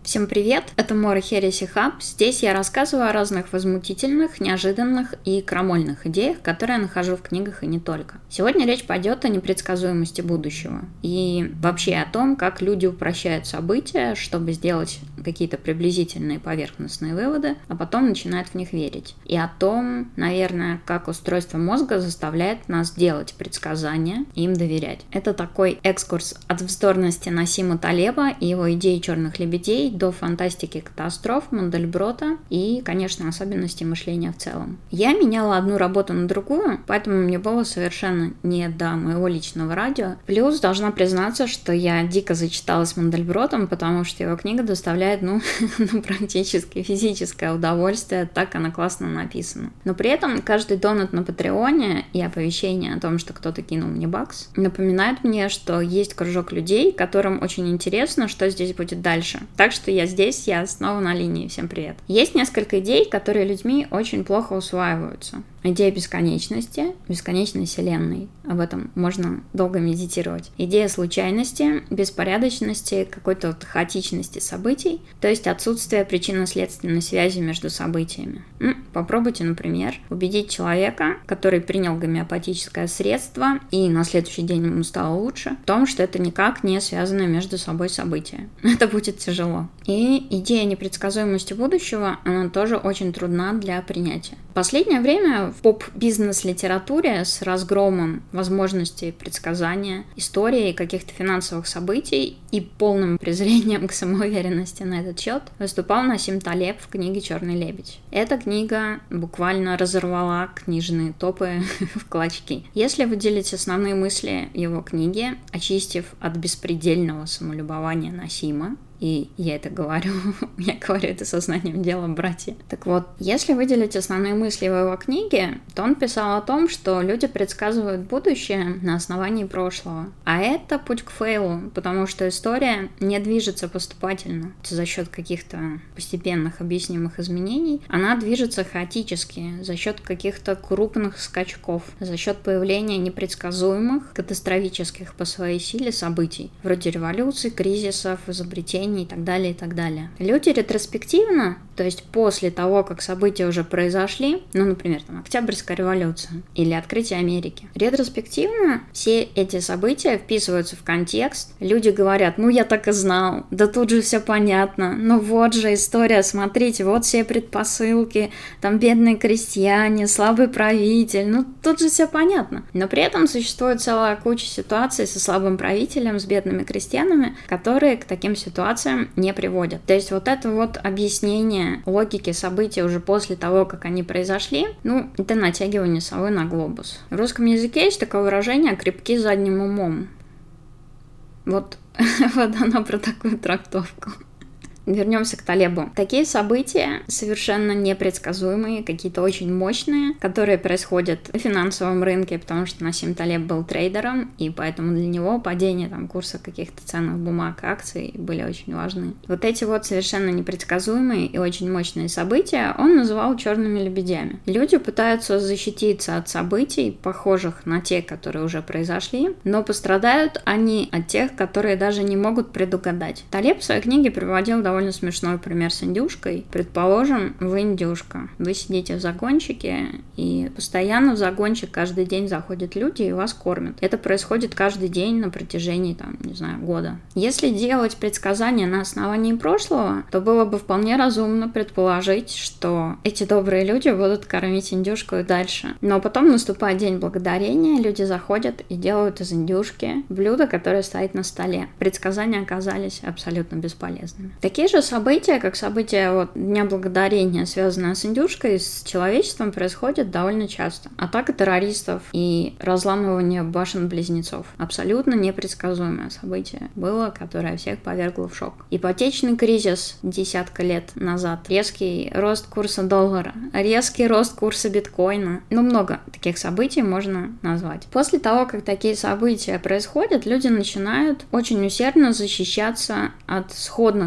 Всем привет, это Мора Heresy Hub. Здесь я рассказываю о разных возмутительных, неожиданных и крамольных идеях, которые я нахожу в книгах и не только. Сегодня речь пойдет о непредсказуемости будущего и вообще о том, как люди упрощают события, чтобы сделать какие-то приблизительные поверхностные выводы, а потом начинают в них верить. И о том, наверное, как устройство мозга заставляет нас делать предсказания и им доверять. Это такой экскурс от вздорности Насима Талеба и его идеи черных лебедей до фантастики катастроф, Мандельброта и, конечно, особенностей мышления в целом. Я меняла одну работу на другую, поэтому мне было совершенно не до моего личного радио. Плюс должна признаться, что я дико зачиталась Мандельбротом, потому что его книга доставляет, практически физическое удовольствие, так она классно написана. Но при этом каждый донат на Патреоне и оповещение о том, что кто-то кинул мне бакс, напоминает мне, что есть кружок людей, которым очень интересно, что здесь будет дальше. Так что я здесь, я снова на линии. Всем привет. Есть несколько идей, которые людьми очень плохо усваиваются. Идея бесконечности, бесконечной вселенной. Об этом можно долго медитировать. Идея случайности, беспорядочности, какой-то хаотичности событий, то есть отсутствие причинно-следственной связи между событиями. Попробуйте, например, убедить человека, который принял гомеопатическое средство и на следующий день ему стало лучше, в том, что это никак не связано между собой события. Это будет тяжело. И идея непредсказуемости будущего, она тоже очень трудна для принятия. В последнее время в поп-бизнес-литературе с разгромом возможностей предсказания истории каких-то финансовых событий и полным презрением к самоуверенности на этот счет выступал Насим Талеб в книге «Черный лебедь». Эта книга буквально разорвала книжные топы в клочки. Если выделить основные мысли его книги, очистив от беспредельного самолюбования Насима, и я это говорю, я говорю это сознанием дела, братья. Так вот, если выделить основные мысли в его книге, то он писал о том, что люди предсказывают будущее на основании прошлого. А это путь к фейлу, потому что история не движется поступательно за счет каких-то постепенных объяснимых изменений. Она движется хаотически, за счет каких-то крупных скачков, за счет появления непредсказуемых, катастрофических по своей силе событий, вроде революций, кризисов, изобретений, и так далее, и так далее. Люди ретроспективно, то есть после того, как события уже произошли, например, Октябрьская революция или открытие Америки, ретроспективно все эти события вписываются в контекст. Люди говорят, я так и знал, да тут же все понятно, вот же история, смотрите, вот все предпосылки, там бедные крестьяне, слабый правитель, тут же все понятно. Но при этом существует целая куча ситуаций со слабым правителем, с бедными крестьянами, которые к таким ситуациям не приводят. То есть вот это вот объяснение логики событий уже после того, как они произошли, это натягивание совы на глобус. В русском языке есть такое выражение «крепки задним умом». Вот оно про такую трактовку. Вернемся к Талебу. Такие события совершенно непредсказуемые, какие-то очень мощные, которые происходят на финансовом рынке, потому что Насим Талеб был трейдером, и поэтому для него падение курса каких-то ценных бумаг, акций были очень важны. Вот эти вот совершенно непредсказуемые и очень мощные события он называл черными лебедями. Люди пытаются защититься от событий, похожих на те, которые уже произошли, но пострадают они от тех, которые даже не могут предугадать. Талеб в своей книге приводил довольно смешной пример с индюшкой. Предположим, вы индюшка. Вы сидите в загончике, и постоянно в загончик каждый день заходят люди и вас кормят. Это происходит каждый день на протяжении, года. Если делать предсказания на основании прошлого, то было бы вполне разумно предположить, что эти добрые люди будут кормить индюшку и дальше. Но потом наступает день благодарения, люди заходят и делают из индюшки блюдо, которое стоит на столе. Предсказания оказались абсолютно бесполезными. Такие же события, как события Дня Благодарения, связанные с индюшкой, с человечеством, происходят довольно часто. Атака террористов и разламывание башен-близнецов. Абсолютно непредсказуемое событие было, которое всех повергло в шок. Ипотечный кризис десятка лет назад. Резкий рост курса доллара. Резкий рост курса биткоина. Много таких событий можно назвать. После того, как такие события происходят, люди начинают очень усердно защищаться от сходных событий.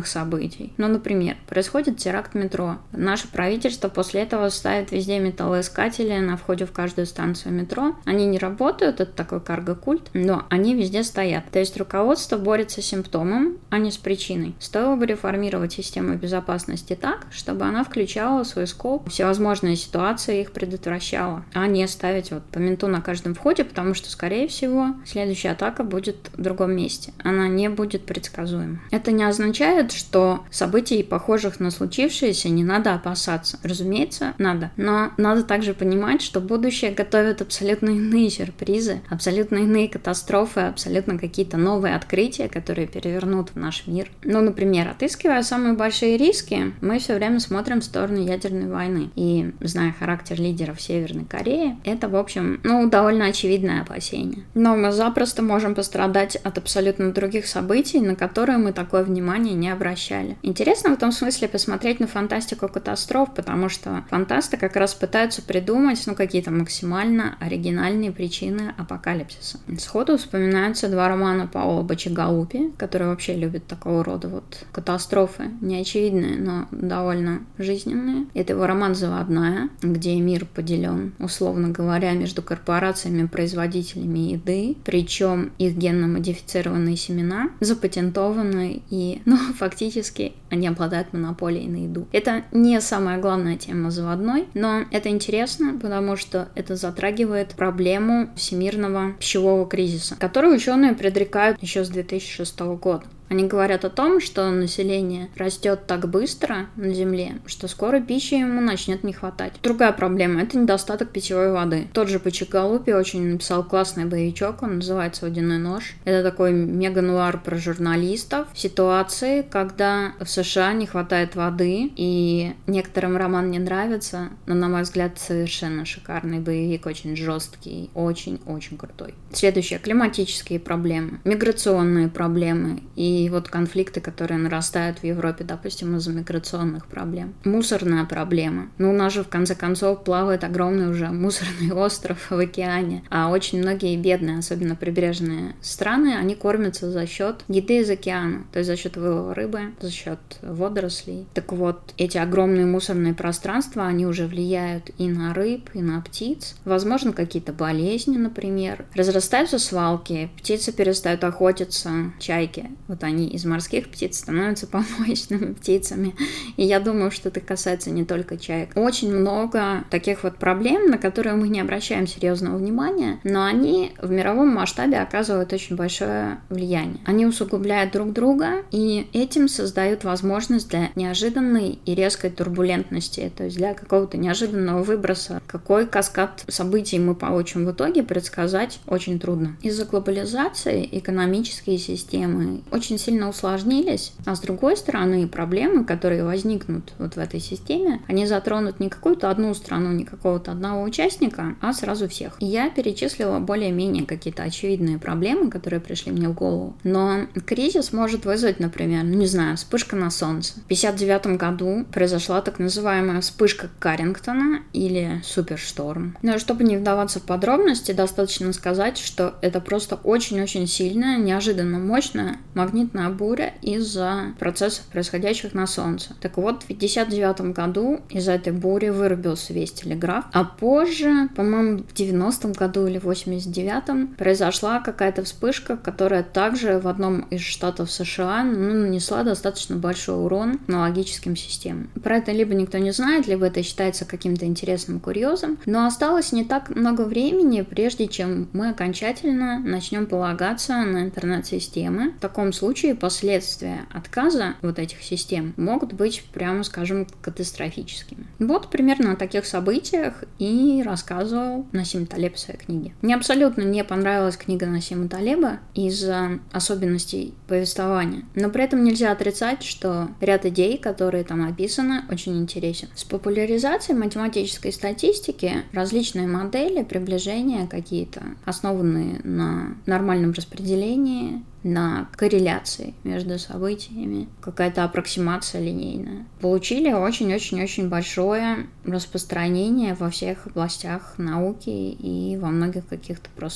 событий. Ну, например, происходит теракт в метро. Наше правительство после этого ставит везде металлоискатели на входе в каждую станцию метро. Они не работают, это такой карго-культ, но они везде стоят. То есть руководство борется с симптомом, а не с причиной. Стоило бы реформировать систему безопасности так, чтобы она включала в свой скоп всевозможные ситуации и их предотвращала, а не ставить вот по менту на каждом входе, потому что, скорее всего, следующая атака будет в другом месте. Она не будет предсказуема. Это не означает, что событий, похожих на случившееся, не надо опасаться. Разумеется, надо. Но надо также понимать, что будущее готовит абсолютно иные сюрпризы, абсолютно иные катастрофы, абсолютно какие-то новые открытия, которые перевернут наш мир. Ну, например, отыскивая самые большие риски, мы все время смотрим в сторону ядерной войны. И, зная характер лидеров Северной Кореи, это, в общем, довольно очевидное опасение. Но мы запросто можем пострадать от абсолютно других событий, на которые мы такое внимание не обращали. Интересно в том смысле посмотреть на фантастику катастроф, потому что фантасты как раз пытаются придумать, какие-то максимально оригинальные причины апокалипсиса. Сходу вспоминаются два романа Паула Бачигалупи, который вообще любит такого рода катастрофы, неочевидные, но довольно жизненные. Это его роман «Заводная», где мир поделен, условно говоря, между корпорациями-производителями еды, причем их генно-модифицированные семена запатентованы и, фактически они обладают монополией на еду. Это не самая главная тема «Заводной», но это интересно, потому что это затрагивает проблему всемирного пищевого кризиса, которую ученые предрекают еще с 2006 года. Они говорят о том, что население растет так быстро на Земле, что скоро пищи ему начнет не хватать. Другая проблема – это недостаток питьевой воды. Тот же Бачигалупи очень написал классный боевичок, он называется «Водяной нож». Это такой мега-нуар про журналистов в ситуации, когда в США не хватает воды, и некоторым роман не нравится, но, на мой взгляд, совершенно шикарный боевик, очень жесткий, очень-очень крутой. Следующее – климатические проблемы, миграционные проблемы и конфликты, которые нарастают в Европе, допустим, из-за миграционных проблем. Мусорная проблема. У нас же, в конце концов, плавает огромный уже мусорный остров в океане. А очень многие бедные, особенно прибрежные страны, они кормятся за счет еды из океана. То есть за счет вылова рыбы, за счет водорослей. Так вот, эти огромные мусорные пространства, они уже влияют и на рыб, и на птиц. Возможно, какие-то болезни, например. Разрастаются свалки, птицы перестают охотиться, чайки. Они из морских птиц становятся помоечными птицами. И я думаю, что это касается не только чаек. Очень много таких проблем, на которые мы не обращаем серьезного внимания, но они в мировом масштабе оказывают очень большое влияние. Они усугубляют друг друга и этим создают возможность для неожиданной и резкой турбулентности, то есть для какого-то неожиданного выброса. Какой каскад событий мы получим в итоге, предсказать очень трудно. Из-за глобализации экономические системы очень сильно усложнились, а с другой стороны проблемы, которые возникнут в этой системе, они затронут не какую-то одну страну, не какого-то одного участника, а сразу всех. И я перечислила более-менее какие-то очевидные проблемы, которые пришли мне в голову. Но кризис может вызвать, например, вспышка на Солнце. В 1959 году произошла так называемая вспышка Каррингтона или супершторм. Но чтобы не вдаваться в подробности, достаточно сказать, что это просто очень-очень сильная, неожиданно мощная магнитная буря из-за процессов, происходящих на Солнце. Так вот, в 1959 году из-за этой бури вырубился весь телеграф, а позже, по-моему, в 90-м году или в 89-м произошла какая-то вспышка, которая также в одном из штатов США нанесла достаточно большой урон технологическим системам. Про это либо никто не знает, либо это считается каким-то интересным курьезом, но осталось не так много времени, прежде чем мы окончательно начнем полагаться на интернет-системы. В таком случае последствия отказа этих систем могут быть, прямо скажем, катастрофическими. Примерно о таких событиях и рассказывал Насим Талеб в своей книге. Мне абсолютно не понравилась книга Насима Талеба из-за особенностей повествования, но при этом нельзя отрицать, что ряд идей, которые там описаны, очень интересен. С популяризацией математической статистики различные модели, приближения какие-то, основанные на нормальном распределении, на корреляции между событиями, какая-то аппроксимация линейная, получили очень-очень-очень большое распространение во всех областях науки и во многих каких-то просто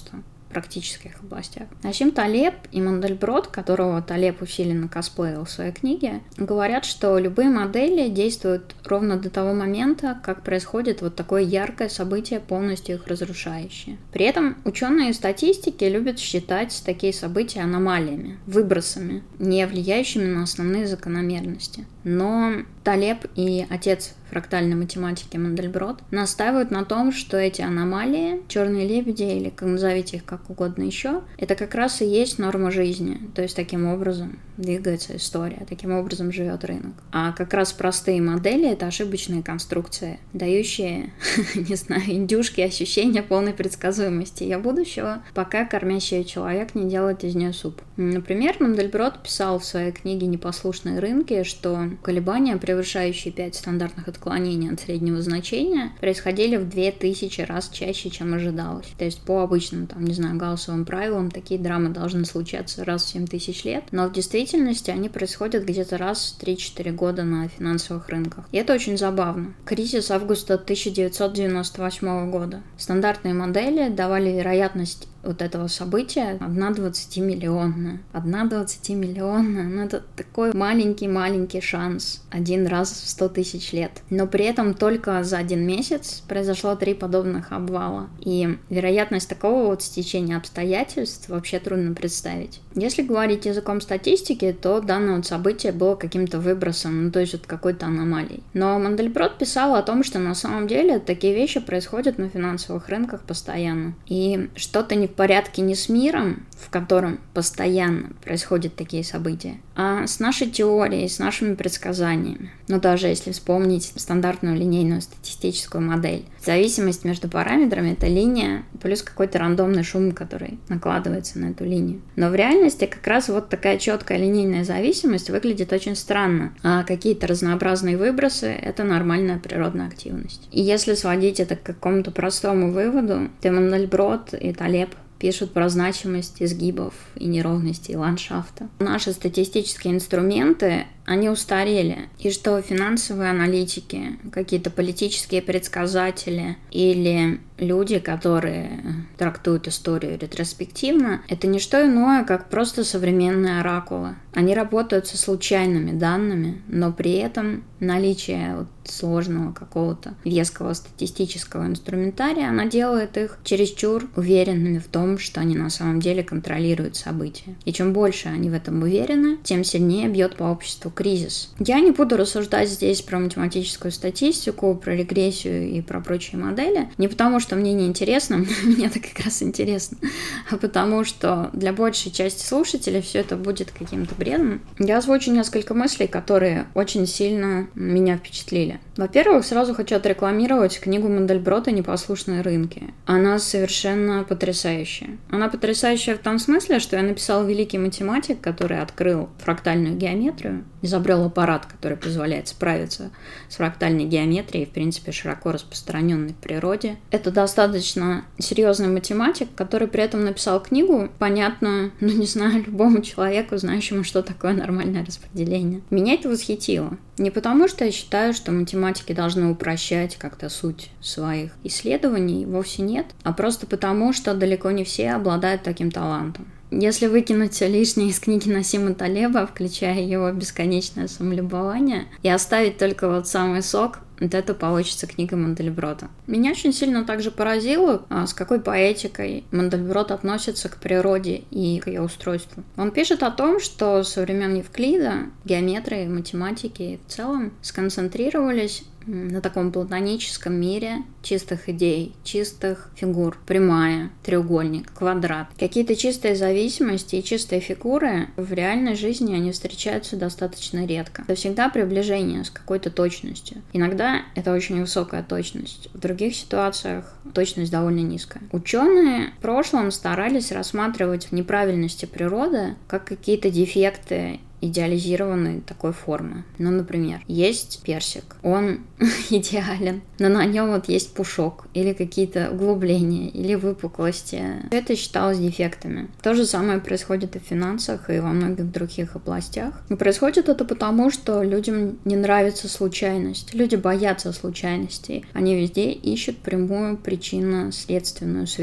практических областях. Насим Талеб и Мандельброт, которого Талеб усиленно косплеил в своей книге, говорят, что любые модели действуют ровно до того момента, как происходит вот такое яркое событие, полностью их разрушающее. При этом ученые статистики любят считать такие события аномалиями, выбросами, не влияющими на основные закономерности. Но Талеб и отец фрактальной математики Мандельброт настаивают на том, что эти аномалии, черные лебеди или назовите их как угодно еще, это как раз и есть норма жизни. То есть таким образом двигается история, таким образом живет рынок. А как раз простые модели — это ошибочные конструкции, дающие, не знаю, индюшки ощущения полной предсказуемости ее будущего, пока кормящий человек не делает из нее суп. Например, Мандельброт писал в своей книге «Непослушные рынки», что колебания, превышающие 5 стандартных отклонений от среднего значения, происходили в 2000 раз чаще, чем ожидалось. То есть по обычным, гаусовым правилам такие драмы должны случаться раз в 7000 лет, но в действительности они происходят где-то раз в 3-4 года на финансовых рынках. И это очень забавно. Кризис августа 1998 года. Стандартные модели давали вероятность вот этого события 1/20-миллионная. 1/20-миллионная, это такой маленький шанс. Один раз в 100 тысяч лет. Но при этом только за 1 месяц произошло 3 подобных обвала. И вероятность такого вот стечения обстоятельств вообще трудно представить. Если говорить языком статистики, то данное вот событие было каким-то выбросом, то есть вот какой-то аномалией. Но Мандельброт писал о том, что на самом деле такие вещи происходят на финансовых рынках постоянно. И что-то не в порядке не с миром, в котором постоянно происходят такие события, а с нашей теорией, с нашими предсказаниями. Но даже если вспомнить стандартную линейную статистическую модель, зависимость между параметрами — это линия плюс какой-то рандомный шум, который накладывается на эту линию. Но в реальности как раз вот такая четкая линейная зависимость выглядит очень странно, а какие-то разнообразные выбросы — это нормальная природная активность. И если сводить это к какому-то простому выводу, то Мандельброт и Талеб пишут про значимость изгибов и неровностей ландшафта. Наши статистические инструменты, они устарели, и что финансовые аналитики, какие-то политические предсказатели или люди, которые трактуют историю ретроспективно, это не что иное, как просто современные оракулы. Они работают со случайными данными, но при этом наличие сложного какого-то веского статистического инструментария, она делает их чересчур уверенными в том, что они на самом деле контролируют события. И чем больше они в этом уверены, тем сильнее бьет по обществу кризис. Я не буду рассуждать здесь про математическую статистику, про регрессию и про прочие модели, не потому что мне не интересно, мне это как раз интересно, а потому что для большей части слушателей все это будет каким-то бредом. Я озвучу несколько мыслей, которые очень сильно меня впечатлили. Во-первых, сразу хочу отрекламировать книгу Мандельброта «Непослушные рынки». Она совершенно потрясающая. Она потрясающая в том смысле, что я написал великий математик, который открыл фрактальную геометрию, изобрел аппарат, который позволяет справиться с фрактальной геометрией, в принципе, широко распространенной в природе. Это достаточно серьезный математик, который при этом написал книгу, понятную, любому человеку, знающему, что такое нормальное распределение. Меня это восхитило. Не потому, что я считаю, что математики должны упрощать как-то суть своих исследований, вовсе нет, а просто потому, что далеко не все обладают таким талантом. Если выкинуть лишнее из книги Насима Талеба, включая его бесконечное самолюбование, и оставить только самый сок, вот это получится книга Мандельброта. Меня очень сильно также поразило, с какой поэтикой Мандельброт относится к природе и к ее устройству. Он пишет о том, что со времен Евклида геометрия и математики в целом сконцентрировались на таком платоническом мире чистых идей, чистых фигур. Прямая, треугольник, квадрат. Какие-то чистые зависимости и чистые фигуры в реальной жизни они встречаются достаточно редко. Это всегда приближение с какой-то точностью. Иногда это очень высокая точность. В других ситуациях точность довольно низкая. Ученые в прошлом старались рассматривать неправильности природы как какие-то дефекты идеализированной такой формы. Например, есть персик, он идеален, но на нем есть пушок или какие-то углубления или выпуклости. Это считалось дефектами. То же самое происходит и в финансах, и во многих других областях. И происходит это потому, что людям не нравится случайность. Люди боятся случайностей. Они везде ищут прямую причинно-следственную связь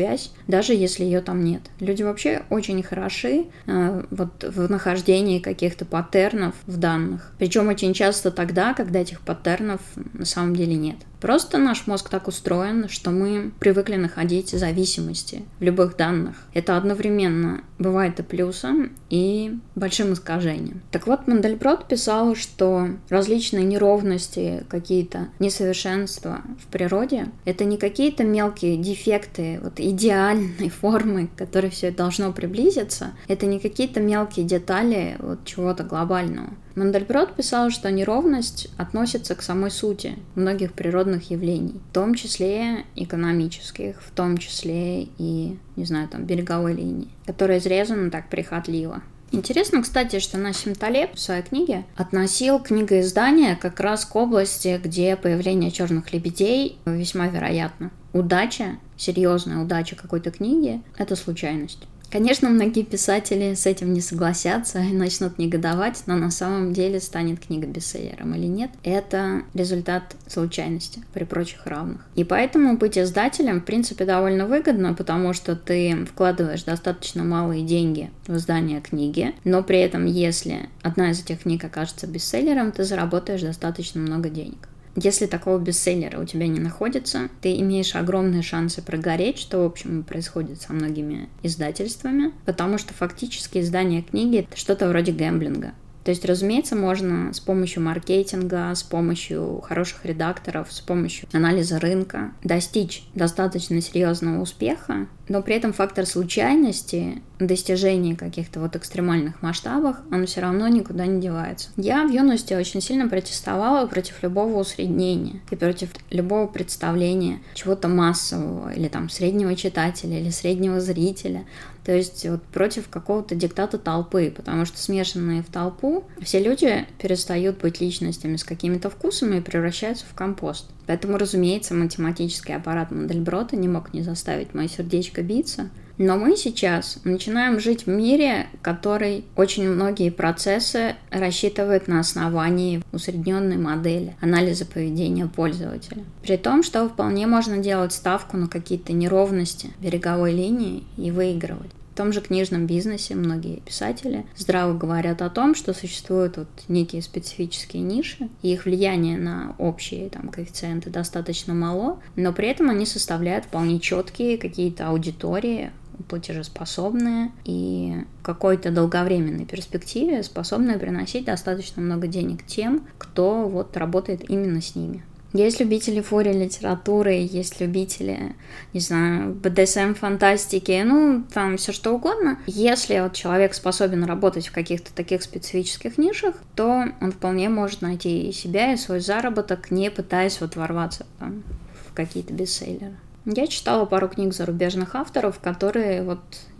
даже если ее там нет. Люди вообще очень хороши вот в нахождении каких-то паттернов в данных. Причем очень часто тогда, когда этих паттернов на самом деле нет. Просто наш мозг так устроен, что мы привыкли находить зависимости в любых данных. Это одновременно бывает и плюсом, и большим искажением. Так вот, Мандельброт писал, что различные неровности, какие-то несовершенства в природе — это не какие-то мелкие дефекты вот идеальной формы, к которой все должно приблизиться. Это не какие-то мелкие детали вот чего-то глобального. Мандельброт писал, что неровность относится к самой сути многих природных явлений, в том числе экономических, в том числе и, не знаю, там, береговой линии, которая изрезана так прихотливо. Интересно, кстати, что Нассим Талеб в своей книге относил книгоиздание как раз к области, где появление черных лебедей весьма вероятно. Удача, серьезная удача какой-то книги — это случайность. Конечно, многие писатели с этим не согласятся и начнут негодовать, но на самом деле станет книга бестселлером или нет, это результат случайности при прочих равных. И поэтому быть издателем, в принципе, довольно выгодно, потому что ты вкладываешь достаточно малые деньги в издание книги, но при этом, если одна из этих книг окажется бестселлером, ты заработаешь достаточно много денег. Если такого бестселлера у тебя не находится, ты имеешь огромные шансы прогореть, что, в общем, происходит со многими издательствами, потому что фактически издание книги — это что-то вроде гэмблинга. То есть, разумеется, можно с помощью маркетинга, с помощью хороших редакторов, с помощью анализа рынка достичь достаточно серьезного успеха, но при этом фактор случайности, достижения каких-то вот экстремальных масштабов, он все равно никуда не девается. Я в юности очень сильно протестовала против любого усреднения и против любого представления чего-то массового или там среднего читателя или среднего зрителя. То есть вот против какого-то диктата толпы, потому что смешанные в толпу все люди перестают быть личностями с какими-то вкусами и превращаются в компост. Поэтому, разумеется, математический аппарат Мандельброта не мог не заставить мое сердечко биться. Но мы сейчас начинаем жить в мире, который очень многие процессы рассчитывает на основании усредненной модели анализа поведения пользователя. При том, что вполне можно делать ставку на какие-то неровности береговой линии и выигрывать. В том же книжном бизнесе многие писатели здраво говорят о том, что существуют вот некие специфические ниши, и их влияние на общие там коэффициенты достаточно мало, но при этом они составляют вполне четкие какие-то аудитории, платежеспособные и в какой-то долговременной перспективе способные приносить достаточно много денег тем, кто вот работает именно с ними. Есть любители фури-литературы, есть любители, не знаю, БДСМ-фантастики, ну, там все что угодно. Если вот человек способен работать в каких-то таких специфических нишах, то он вполне может найти и себя, и свой заработок, не пытаясь вот ворваться там, в какие-то бестселлеры. Я читала пару книг зарубежных авторов, которые вот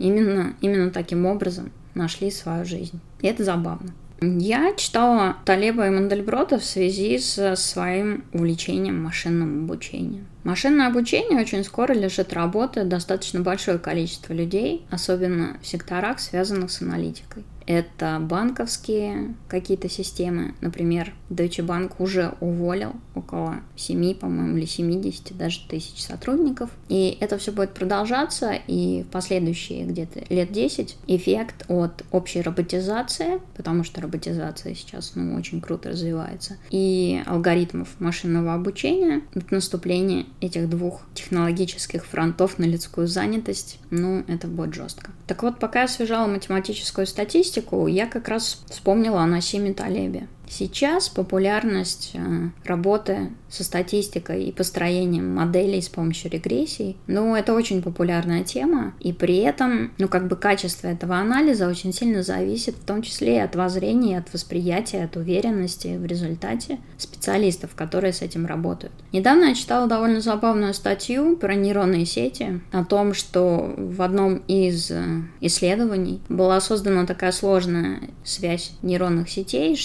именно таким образом нашли свою жизнь. И это забавно. Я читала Талеба и Мандельброта в связи со своим увлечением машинным обучением. Машинное обучение очень скоро лишит работы достаточно большое количество людей, особенно в секторах, связанных с аналитикой. Это банковские какие-то системы. Например, Deutsche Bank уже уволил около 7, по-моему, или 70 даже тысяч сотрудников. И это все будет продолжаться, и в последующие где-то лет 10 эффект от общей роботизации, потому что роботизация сейчас очень круто развивается, и алгоритмов машинного обучения, от наступления этих двух технологических фронтов на людскую занятость, это будет жестко. Так вот, пока я освежала математическую статистику, я как раз вспомнила о Нассиме Талебе. Сейчас популярность работы со статистикой и построением моделей с помощью регрессий, это очень популярная тема, и при этом, качество этого анализа очень сильно зависит, в том числе и от воззрения, от восприятия, от уверенности в результате специалистов, которые с этим работают. Недавно я читала довольно забавную статью про нейронные сети, о том, что в одном из исследований была создана такая сложная связь нейронных сетей, что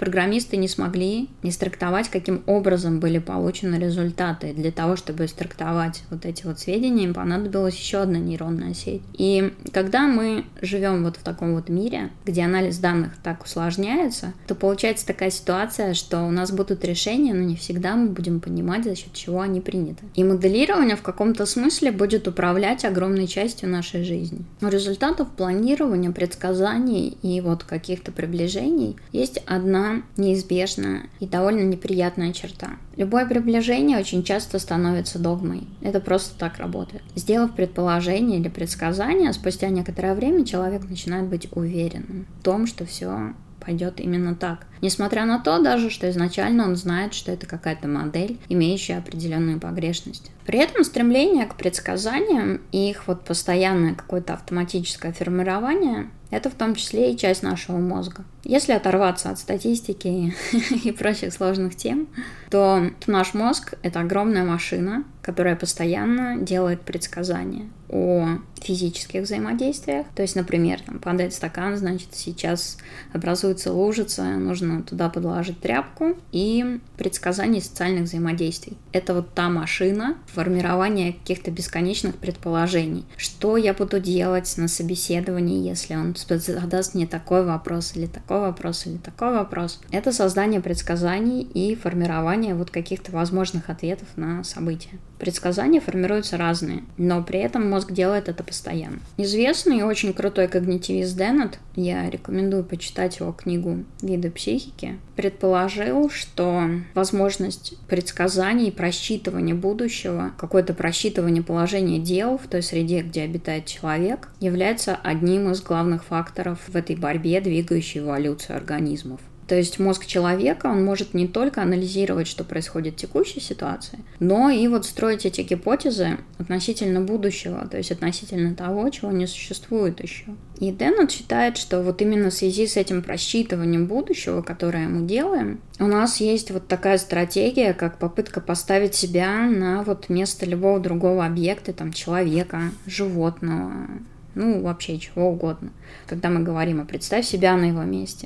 Программисты не смогли истрактовать, каким образом были получены результаты. И для того, чтобы истрактовать вот эти вот сведения, им понадобилась еще одна нейронная сеть. И когда мы живем вот в таком вот мире, где анализ данных так усложняется, то получается такая ситуация, что у нас будут решения, но не всегда мы будем понимать, за счет чего они приняты. И моделирование в каком-то смысле будет управлять огромной частью нашей жизни. У результатов планирования, предсказаний и вот каких-то приближений есть одна неизбежная и довольно неприятная черта. Любое приближение очень часто становится догмой. Это просто так работает. Сделав предположение или предсказание, спустя некоторое время человек начинает быть уверенным в том, что все пойдет именно так. Несмотря на то даже, что изначально он знает, что это какая-то модель, имеющая определенную погрешность. При этом стремление к предсказаниям и их вот постоянное какое-то автоматическое формирование – это в том числе и часть нашего мозга. Если оторваться от статистики и прочих сложных тем, то наш мозг – это огромная машина, которая постоянно делает предсказания о физических взаимодействиях. То есть, например, там падает стакан, значит, сейчас образуется лужица, нужно туда подложить тряпку, и предсказание социальных взаимодействий. Это вот та машина формирования каких-то бесконечных предположений. Что я буду делать на собеседовании, если он задаст мне такой вопрос, или такой вопрос, или такой вопрос. Это создание предсказаний и формирование вот каких-то возможных ответов на события. Предсказания формируются разные, но при этом мозг делает это постоянно. Известный и очень крутой когнитивист Деннет, я рекомендую почитать его книгу «Виды психики», предположил, что возможность предсказаний и просчитывания будущего, какое-то просчитывание положения дел в той среде, где обитает человек, является одним из главных факторов в этой борьбе, двигающей эволюцию организмов. То есть мозг человека, он может не только анализировать, что происходит в текущей ситуации, но и вот строить эти гипотезы относительно будущего, то есть относительно того, чего не существует еще. И Деннет считает, что вот именно в связи с этим просчитыванием будущего, которое мы делаем, у нас есть вот такая стратегия, как попытка поставить себя на вот место любого другого объекта, там, человека, животного, вообще чего угодно. Когда мы говорим, представь себя на его месте,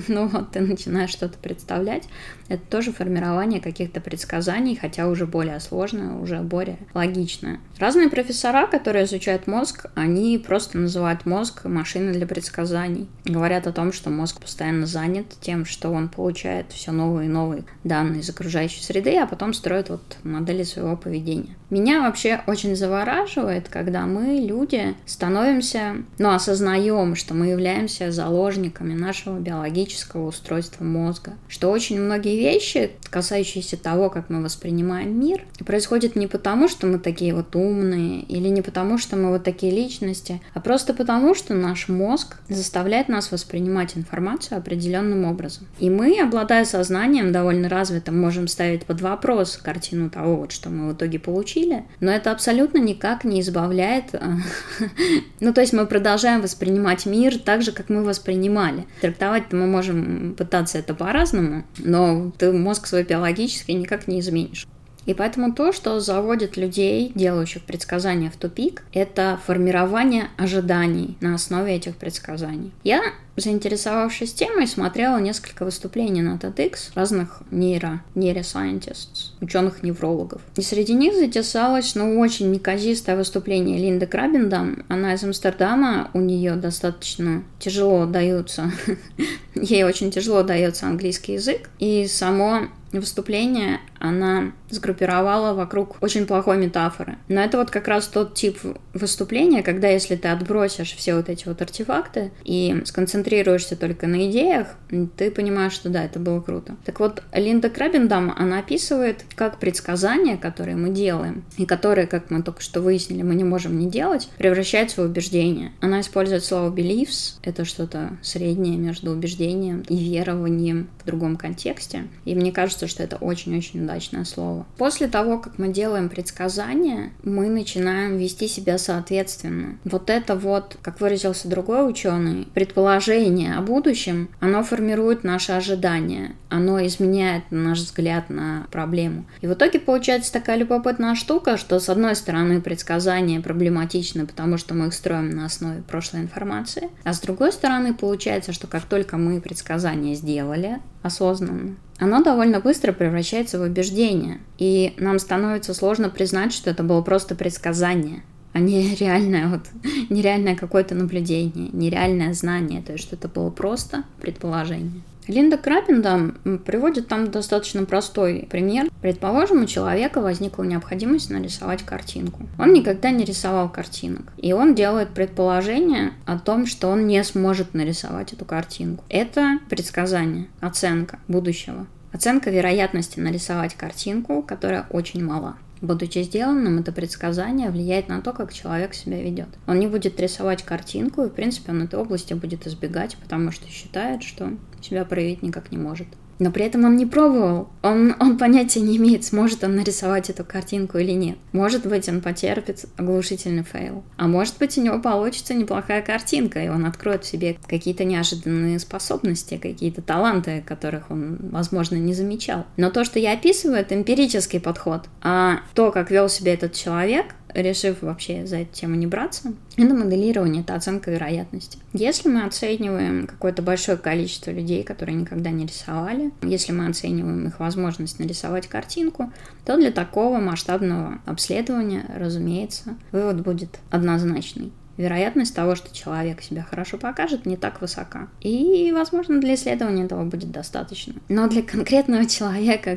ты начинаешь что-то представлять, это тоже формирование каких-то предсказаний, хотя уже более сложное, уже более логичное. Разные профессора, которые изучают мозг, они просто называют мозг машиной для предсказаний. Говорят о том, что мозг постоянно занят тем, что он получает все новые и новые данные из окружающей среды, а потом строит вот модели своего поведения. Меня вообще очень завораживает, когда мы, люди, становимся, осознаем, что мы являемся заложниками нашего биологического устройства мозга. Что очень многие вещи, касающиеся того, как мы воспринимаем мир, происходят не потому, что мы такие вот умные, или не потому, что мы вот такие личности, а просто потому, что наш мозг заставляет нас воспринимать информацию определенным образом. И мы, обладая сознанием довольно развитым, можем ставить под вопрос картину того, вот, что мы в итоге получили, но это абсолютно никак не избавляет... То есть мы продолжаем воспринимать мир так же, как мы воспринимали. Трактовать-то мы можем пытаться это по-разному, но ты мозг свой биологически никак не изменишь. И поэтому то, что заводит людей, делающих предсказания, в тупик, это формирование ожиданий на основе этих предсказаний. Я, заинтересовавшись темой, смотрела несколько выступлений на TEDx разных нейросайентистов, ученых-неврологов. И среди них затесалось, очень неказистое выступление Линды Крабендам. Она из Амстердама, у нее достаточно тяжело дается, ей очень тяжело дается английский язык, и само выступление она сгруппировала вокруг очень плохой метафоры. Но это вот как раз тот тип выступления, когда если ты отбросишь все вот эти вот артефакты и сконцентрируешься только на идеях, ты понимаешь, что да, это было круто. Так вот, Линда Крабендам, она описывает, как предсказания, которые мы делаем, и которые, как мы только что выяснили, мы не можем не делать, превращаются в убеждения. Она использует слово beliefs, это что-то среднее между убеждением и верованием в другом контексте. И мне кажется, кажется, что это очень-очень удачное слово. После того, как мы делаем предсказания, мы начинаем вести себя соответственно. Вот это вот, как выразился другой ученый, предположение о будущем, оно формирует наши ожидания, оно изменяет наш взгляд на проблему. И в итоге получается такая любопытная штука, что с одной стороны предсказания проблематичны, потому что мы их строим на основе прошлой информации, а с другой стороны получается, что как только мы предсказание сделали осознанно, оно довольно быстро превращается в убеждение, и нам становится сложно признать, что это было просто предсказание, а не нереальное какое-то наблюдение, нереальное знание, то есть что это было просто предположение. Линда Крапендам приводит там достаточно простой пример. Предположим, у человека возникла необходимость нарисовать картинку. Он никогда не рисовал картинок. И он делает предположение о том, что он не сможет нарисовать эту картинку. Это предсказание, оценка будущего. Оценка вероятности нарисовать картинку, которая очень мала. Будучи сделанным, это предсказание влияет на то, как человек себя ведет. Он не будет рисовать картинку, и, в принципе, он этой области будет избегать, потому что считает, что себя проявить никак не может. Но при этом он не пробовал, он понятия не имеет, сможет он нарисовать эту картинку или нет. Может быть, он потерпит оглушительный фейл. А может быть, у него получится неплохая картинка, и он откроет в себе какие-то неожиданные способности, какие-то таланты, которых он, возможно, не замечал. Но то, что я описываю, это эмпирический подход. А то, как вел себя этот человек, решив вообще за эту тему не браться, это моделирование, это оценка вероятности. Если мы оцениваем какое-то большое количество людей, которые никогда не рисовали, если мы оцениваем их возможность нарисовать картинку, то для такого масштабного обследования, разумеется, вывод будет однозначный. Вероятность того, что человек себя хорошо покажет, не так высока. И, возможно, для исследования этого будет достаточно. Но для конкретного человека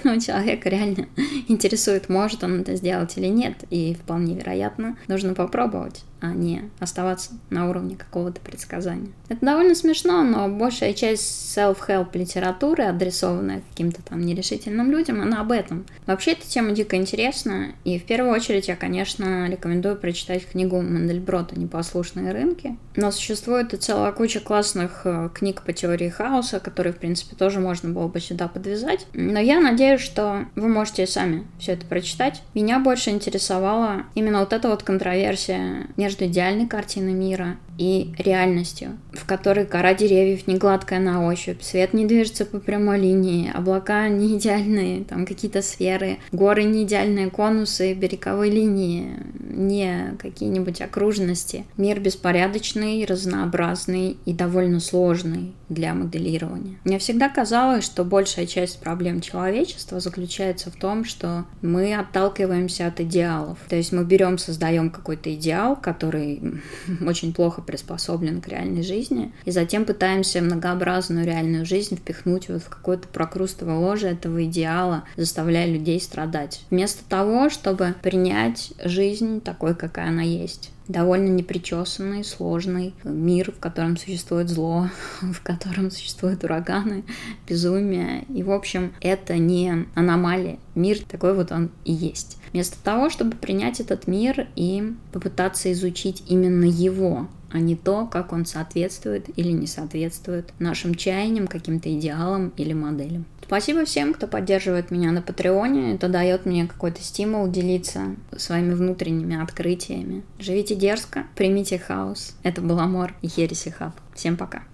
реально интересует, может он это сделать или нет. И вполне вероятно, нужно попробовать, а не оставаться на уровне какого-то предсказания. Это довольно смешно, но большая часть self-help литературы, адресованная каким-то там нерешительным людям, она об этом. Вообще, эта тема дико интересная, и в первую очередь я, конечно, рекомендую прочитать книгу Мандельброта «Непослушные рынки». Но существует и целая куча классных книг по теории хаоса, которые, в принципе, тоже можно было бы сюда подвязать. Но я надеюсь, что вы можете сами все это прочитать. Меня больше интересовала именно вот эта вот контроверсия между идеальной картиной мира и реальностью, в которой кора деревьев не гладкая на ощупь, свет не движется по прямой линии, облака не идеальные, там какие-то сферы, горы не идеальные конусы, береговые линии, не какие-нибудь окружности. Мир беспорядочный, разнообразный и довольно сложный для моделирования. Мне всегда казалось, что большая часть проблем человечества заключается в том, что мы отталкиваемся от идеалов. То есть мы создаем какой-то идеал, который очень плохо приспособлен к реальной жизни, и затем пытаемся многообразную реальную жизнь впихнуть вот в какое-то прокрустово ложе этого идеала, заставляя людей страдать. Вместо того, чтобы принять жизнь такой, какая она есть. Довольно непричесанный, сложный мир, в котором существует зло, в котором существуют ураганы, безумие. И, в общем, это не аномалия. Мир такой вот он и есть. Вместо того, чтобы принять этот мир и попытаться изучить именно его, а не то, как он соответствует или не соответствует нашим чаяниям, каким-то идеалам или моделям. Спасибо всем, кто поддерживает меня на Патреоне. Это дает мне какой-то стимул делиться своими внутренними открытиями. Живите дерзко, примите хаос. Это был Амор и Хереси Хаб. Всем пока.